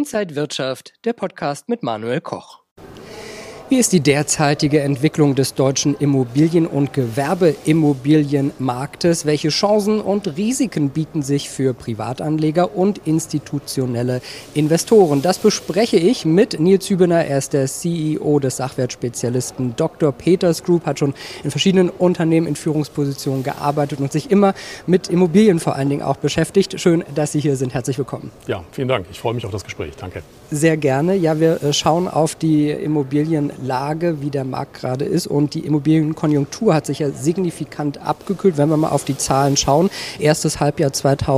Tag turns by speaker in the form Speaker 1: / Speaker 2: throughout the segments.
Speaker 1: Inside Wirtschaft, der Podcast mit Manuel Koch. Wie ist die derzeitige Entwicklung des deutschen Immobilien- und Gewerbeimmobilienmarktes? Welche Chancen und Risiken bieten sich für Privatanleger und institutionelle Investoren? Das bespreche ich mit Nils Hübener. Er ist der CEO des Sachwertspezialisten Dr. Peters Group, hat schon in verschiedenen Unternehmen in Führungspositionen gearbeitet und sich immer mit Immobilien vor allen Dingen auch beschäftigt. Schön, dass Sie hier sind. Herzlich willkommen.
Speaker 2: Ja, vielen Dank. Ich freue mich auf das Gespräch. Danke.
Speaker 1: Sehr gerne. Ja, wir schauen auf die Immobilienlage, wie der Markt gerade ist. Und die Immobilienkonjunktur hat sich ja signifikant abgekühlt. Wenn wir mal auf die Zahlen schauen. Erstes Halbjahr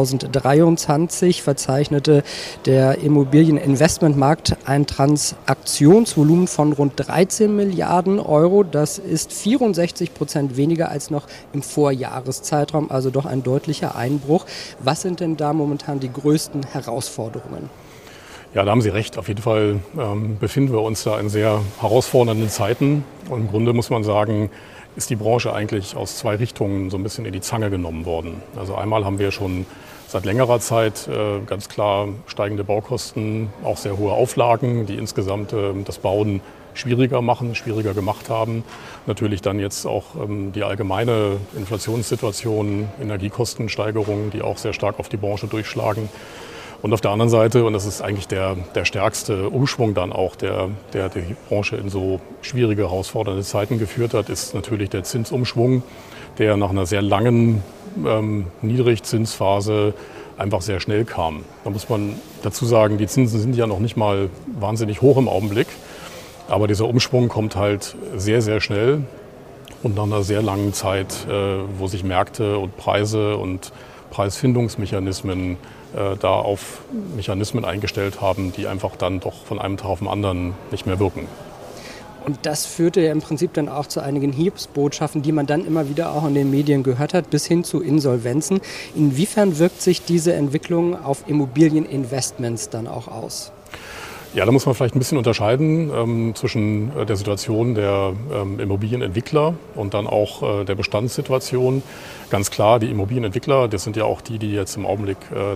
Speaker 1: 2023 verzeichnete der Immobilieninvestmentmarkt ein Transaktionsvolumen von rund 13 Milliarden Euro. Das ist 64% weniger als noch im Vorjahreszeitraum, also doch ein deutlicher Einbruch. Was sind denn da momentan die größten Herausforderungen?
Speaker 2: Ja, da haben Sie recht. Auf jeden Fall befinden wir uns da in sehr herausfordernden Zeiten. Und im Grunde muss man sagen, ist die Branche eigentlich aus zwei Richtungen so ein bisschen in die Zange genommen worden. Also einmal haben wir schon seit längerer Zeit ganz klar steigende Baukosten, auch sehr hohe Auflagen, die insgesamt das Bauen schwieriger gemacht haben. Natürlich dann jetzt auch die allgemeine Inflationssituation, Energiekostensteigerungen, die auch sehr stark auf die Branche durchschlagen. Und auf der anderen Seite, und das ist eigentlich der stärkste Umschwung dann auch, der die Branche in so schwierige, herausfordernde Zeiten geführt hat, ist natürlich der Zinsumschwung, der nach einer sehr langen Niedrigzinsphase einfach sehr schnell kam. Da muss man dazu sagen, die Zinsen sind ja noch nicht mal wahnsinnig hoch im Augenblick, aber dieser Umschwung kommt halt sehr, sehr schnell und nach einer sehr langen Zeit, wo sich Märkte und Preise und Preisfindungsmechanismen da auf Mechanismen eingestellt haben, die einfach dann doch von einem Tag auf den anderen nicht mehr wirken.
Speaker 1: Und das führte ja im Prinzip dann auch zu einigen Hiobsbotschaften, die man dann immer wieder auch in den Medien gehört hat, bis hin zu Insolvenzen. Inwiefern wirkt sich diese Entwicklung auf Immobilieninvestments dann auch aus?
Speaker 2: Ja, da muss man vielleicht ein bisschen unterscheiden zwischen der Situation der Immobilienentwickler und dann auch der Bestandssituation. Ganz klar, die Immobilienentwickler, das sind ja auch die jetzt im Augenblick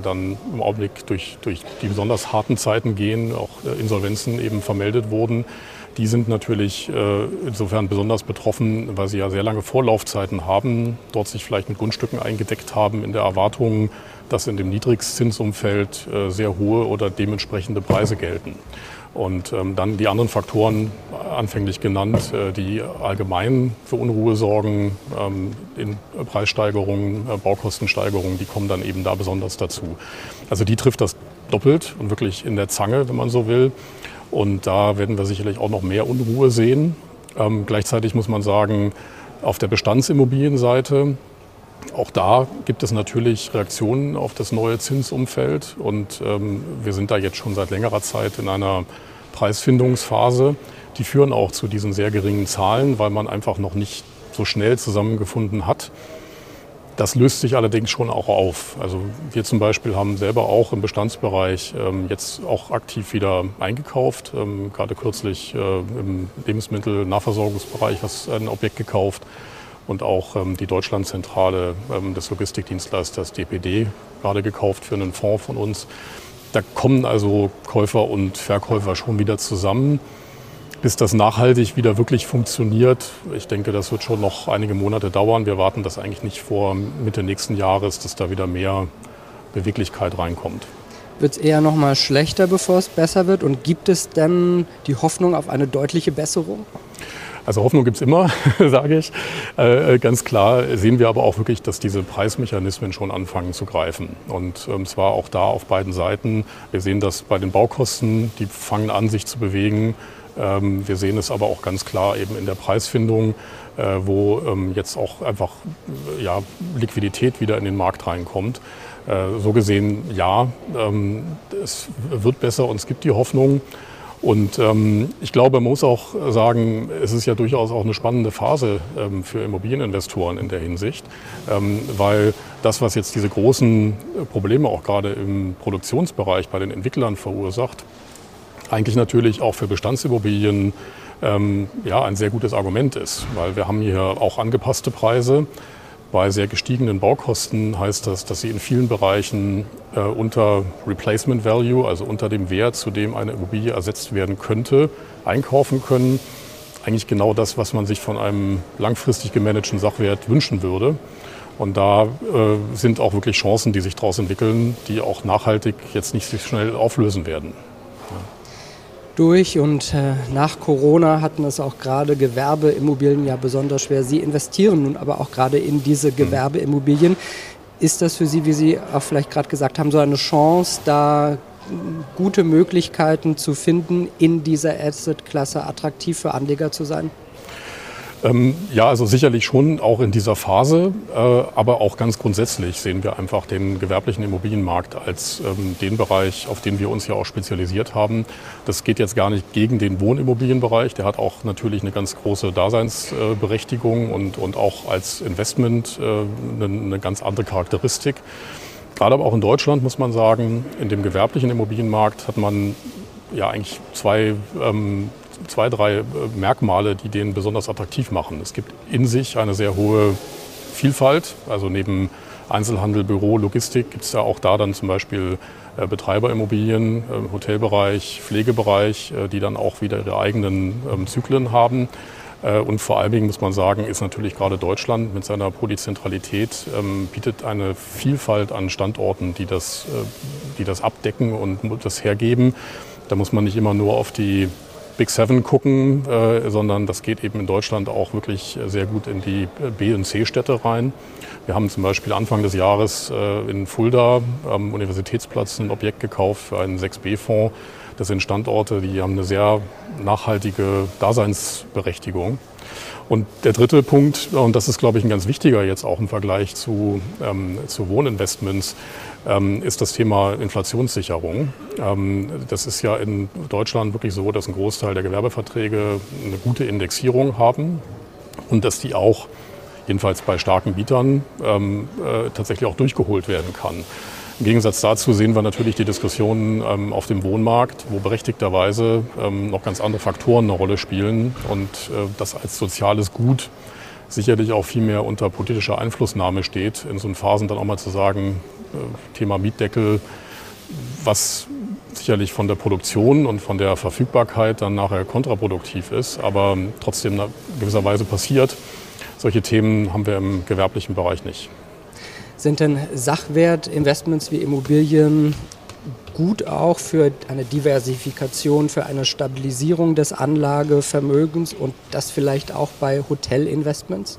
Speaker 2: durch die besonders harten Zeiten gehen, auch Insolvenzen eben vermeldet wurden. Die sind natürlich insofern besonders betroffen, weil sie ja sehr lange Vorlaufzeiten haben, dort sich vielleicht mit Grundstücken eingedeckt haben in der Erwartung, dass in dem Niedrigzinsumfeld sehr hohe oder dementsprechende Preise gelten. Und dann die anderen Faktoren, anfänglich genannt, die allgemein für Unruhe sorgen, in Preissteigerungen, Baukostensteigerungen, die kommen dann eben da besonders dazu. Also die trifft das doppelt und wirklich in der Zange, wenn man so will. Und da werden wir sicherlich auch noch mehr Unruhe sehen. Gleichzeitig muss man sagen, auf der Bestandsimmobilienseite, auch da gibt es natürlich Reaktionen auf das neue Zinsumfeld. Und wir sind da jetzt schon seit längerer Zeit in einer Preisfindungsphase. Die führen auch zu diesen sehr geringen Zahlen, weil man einfach noch nicht so schnell zusammengefunden hat. Das löst sich allerdings schon auch auf. Also wir zum Beispiel haben selber auch im Bestandsbereich jetzt auch aktiv wieder eingekauft. Gerade kürzlich im Lebensmittelnahversorgungsbereich ein Objekt gekauft und auch die Deutschlandzentrale des Logistikdienstleisters DPD gerade gekauft für einen Fonds von uns. Da kommen also Käufer und Verkäufer schon wieder zusammen. Bis das nachhaltig wieder wirklich funktioniert, ich denke, das wird schon noch einige Monate dauern. Wir erwarten das eigentlich nicht vor Mitte nächsten Jahres, dass da wieder mehr Beweglichkeit reinkommt.
Speaker 1: Wird es eher noch mal schlechter, bevor es besser wird? Und gibt es denn die Hoffnung auf eine deutliche Besserung?
Speaker 2: Also Hoffnung gibt es immer, sage ich. Ganz klar sehen wir aber auch wirklich, dass diese Preismechanismen schon anfangen zu greifen. Und zwar auch da auf beiden Seiten. Wir sehen das bei den Baukosten, die fangen an, sich zu bewegen. Wir sehen es aber auch ganz klar eben in der Preisfindung, wo jetzt auch einfach Liquidität wieder in den Markt reinkommt. So gesehen, ja, es wird besser und es gibt die Hoffnung. Und ich glaube, man muss auch sagen, es ist ja durchaus auch eine spannende Phase für Immobilieninvestoren in der Hinsicht, weil das, was jetzt diese großen Probleme auch gerade im Produktionsbereich bei den Entwicklern verursacht, eigentlich natürlich auch für Bestandsimmobilien ein sehr gutes Argument ist, weil wir haben hier auch angepasste Preise. Bei sehr gestiegenen Baukosten heißt das, dass Sie in vielen Bereichen unter Replacement Value, also unter dem Wert, zu dem eine Immobilie ersetzt werden könnte, einkaufen können. Eigentlich genau das, was man sich von einem langfristig gemanagten Sachwert wünschen würde. Und da sind auch wirklich Chancen, die sich daraus entwickeln, die auch nachhaltig jetzt nicht so schnell auflösen werden.
Speaker 1: Durch und nach Corona hatten es auch gerade Gewerbeimmobilien ja besonders schwer. Sie investieren nun aber auch gerade in diese Gewerbeimmobilien. Ist das für Sie, wie Sie auch vielleicht gerade gesagt haben, so eine Chance, da gute Möglichkeiten zu finden, in dieser Assetklasse attraktiv für Anleger zu sein?
Speaker 2: Ja, also sicherlich schon auch in dieser Phase, aber auch ganz grundsätzlich sehen wir einfach den gewerblichen Immobilienmarkt als den Bereich, auf den wir uns ja auch spezialisiert haben. Das geht jetzt gar nicht gegen den Wohnimmobilienbereich, der hat auch natürlich eine ganz große Daseinsberechtigung und auch als Investment eine ganz andere Charakteristik. Gerade aber auch in Deutschland muss man sagen, in dem gewerblichen Immobilienmarkt hat man ja eigentlich zwei, drei Merkmale, die den besonders attraktiv machen. Es gibt in sich eine sehr hohe Vielfalt, also neben Einzelhandel, Büro, Logistik gibt es ja auch da dann zum Beispiel Betreiberimmobilien, Hotelbereich, Pflegebereich, die dann auch wieder ihre eigenen Zyklen haben. Und vor allen Dingen muss man sagen, ist natürlich gerade Deutschland mit seiner Polyzentralität bietet eine Vielfalt an Standorten, die das abdecken und das hergeben. Da muss man nicht immer nur auf die Big Seven gucken, sondern das geht eben in Deutschland auch wirklich sehr gut in die B- und C-Städte rein. Wir haben zum Beispiel Anfang des Jahres in Fulda am Universitätsplatz ein Objekt gekauft für einen 6B-Fonds. Das sind Standorte, die haben eine sehr nachhaltige Daseinsberechtigung. Und der dritte Punkt, und das ist, glaube ich, ein ganz wichtiger jetzt auch im Vergleich zu Wohninvestments, ist das Thema Inflationssicherung. Das ist ja in Deutschland wirklich so, dass ein Großteil der Gewerbeverträge eine gute Indexierung haben und dass die auch, jedenfalls bei starken Bietern, tatsächlich auch durchgeholt werden kann. Im Gegensatz dazu sehen wir natürlich die Diskussionen auf dem Wohnmarkt, wo berechtigterweise noch ganz andere Faktoren eine Rolle spielen und das als soziales Gut sicherlich auch viel mehr unter politischer Einflussnahme steht, in so Phasen dann auch mal zu sagen, Thema Mietdeckel, was sicherlich von der Produktion und von der Verfügbarkeit dann nachher kontraproduktiv ist, aber trotzdem gewisserweise passiert. Solche Themen haben wir im gewerblichen Bereich nicht.
Speaker 1: Sind denn Sachwertinvestments wie Immobilien gut auch für eine Diversifikation, für eine Stabilisierung des Anlagevermögens und das vielleicht auch bei Hotelinvestments?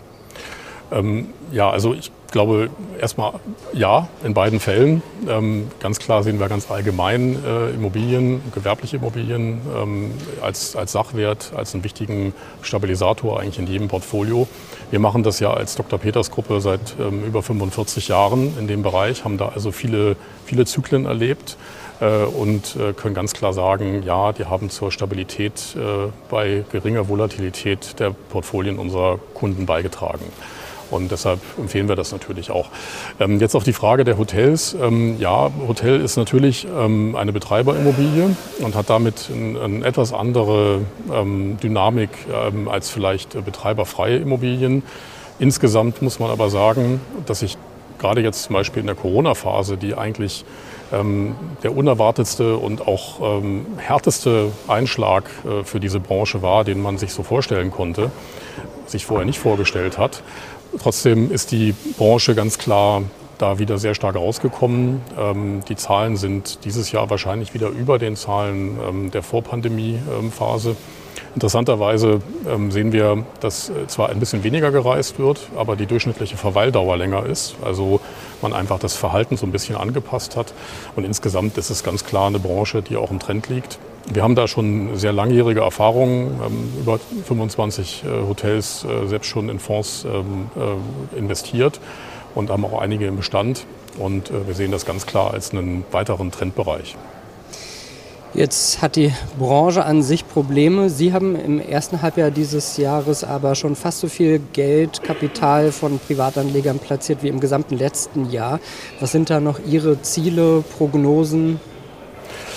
Speaker 2: Ja, also ich glaube erstmal ja, in beiden Fällen. Ganz klar sehen wir ganz allgemein Immobilien, gewerbliche Immobilien als Sachwert, als einen wichtigen Stabilisator eigentlich in jedem Portfolio. Wir machen das ja als Dr. Peters Gruppe seit über 45 Jahren in dem Bereich, haben da also viele Zyklen erlebt und können ganz klar sagen, ja, die haben zur Stabilität bei geringer Volatilität der Portfolien unserer Kunden beigetragen. Und deshalb empfehlen wir das natürlich auch. Jetzt auf die Frage der Hotels. Ja, Hotel ist natürlich eine Betreiberimmobilie und hat damit eine etwas andere Dynamik als vielleicht betreiberfreie Immobilien. Insgesamt muss man aber sagen, dass sich gerade jetzt zum Beispiel in der Corona-Phase, die eigentlich der unerwartetste und auch härteste Einschlag für diese Branche war, den man sich so vorstellen konnte, sich vorher nicht vorgestellt hat. Trotzdem ist die Branche ganz klar da wieder sehr stark rausgekommen. Die Zahlen sind dieses Jahr wahrscheinlich wieder über den Zahlen der Vorpandemie-Phase. Interessanterweise sehen wir, dass zwar ein bisschen weniger gereist wird, aber die durchschnittliche Verweildauer länger ist. Also man einfach das Verhalten so ein bisschen angepasst hat. Und insgesamt ist es ganz klar eine Branche, die auch im Trend liegt. Wir haben da schon sehr langjährige Erfahrungen, über 25 Hotels selbst schon in Fonds investiert und haben auch einige im Bestand. Und wir sehen das ganz klar als einen weiteren Trendbereich.
Speaker 1: Jetzt hat die Branche an sich Probleme. Sie haben im ersten Halbjahr dieses Jahres aber schon fast so viel Geld, Kapital von Privatanlegern platziert wie im gesamten letzten Jahr. Was sind da noch Ihre Ziele, Prognosen?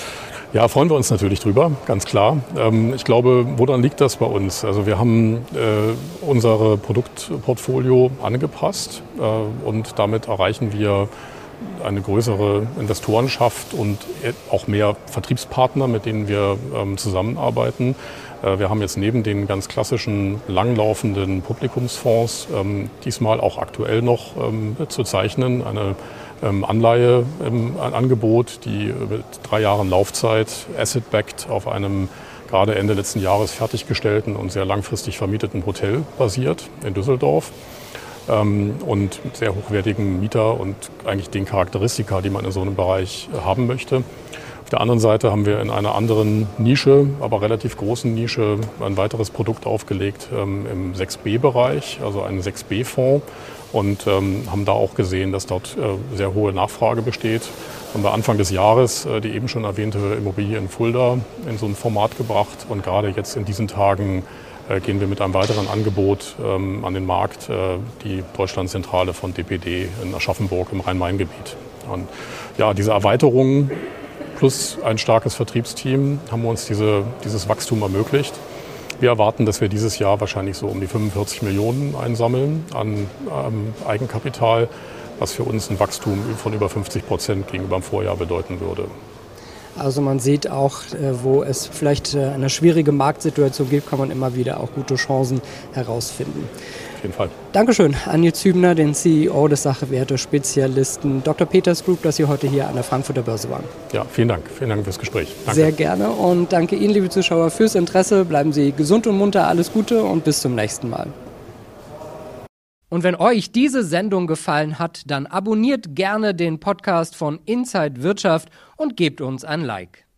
Speaker 2: Ja, freuen wir uns natürlich drüber, ganz klar. Ich glaube, woran liegt das bei uns? Also wir haben unser Produktportfolio angepasst und damit erreichen wir eine größere Investorenschaft und auch mehr Vertriebspartner, mit denen wir zusammenarbeiten. Wir haben jetzt neben den ganz klassischen langlaufenden Publikumsfonds diesmal auch aktuell noch zu zeichnen eine Anleihe im Angebot, die mit 3 Jahren Laufzeit, asset-backed auf einem gerade Ende letzten Jahres fertiggestellten und sehr langfristig vermieteten Hotel basiert in Düsseldorf. Und mit sehr hochwertigen Mieter und eigentlich den Charakteristika, die man in so einem Bereich haben möchte. Auf der anderen Seite haben wir in einer anderen Nische, aber relativ großen Nische, ein weiteres Produkt aufgelegt im 6B-Bereich, also einen 6B-Fonds. Und haben da auch gesehen, dass dort sehr hohe Nachfrage besteht. Haben wir Anfang des Jahres die eben schon erwähnte Immobilie in Fulda in so ein Format gebracht. Und gerade jetzt in diesen Tagen gehen wir mit einem weiteren Angebot an den Markt, die Deutschlandzentrale von DPD in Aschaffenburg im Rhein-Main-Gebiet. Und ja, diese Erweiterung plus ein starkes Vertriebsteam haben uns dieses Wachstum ermöglicht. Wir erwarten, dass wir dieses Jahr wahrscheinlich so um die 45 Millionen einsammeln an Eigenkapital, was für uns ein Wachstum von über 50% gegenüber dem Vorjahr bedeuten würde.
Speaker 1: Also man sieht auch, wo es vielleicht eine schwierige Marktsituation gibt, kann man immer wieder auch gute Chancen herausfinden.
Speaker 2: Auf jeden Fall.
Speaker 1: Dankeschön an Nils Hübner, den CEO des Sachwerte-Spezialisten Dr. Peters Group, dass Sie heute hier an der Frankfurter Börse waren.
Speaker 2: Ja, vielen Dank. Vielen Dank fürs Gespräch. Danke.
Speaker 1: Sehr gerne und danke Ihnen, liebe Zuschauer, fürs Interesse. Bleiben Sie gesund und munter, alles Gute und bis zum nächsten Mal. Und wenn euch diese Sendung gefallen hat, dann abonniert gerne den Podcast von Inside Wirtschaft und gebt uns ein Like.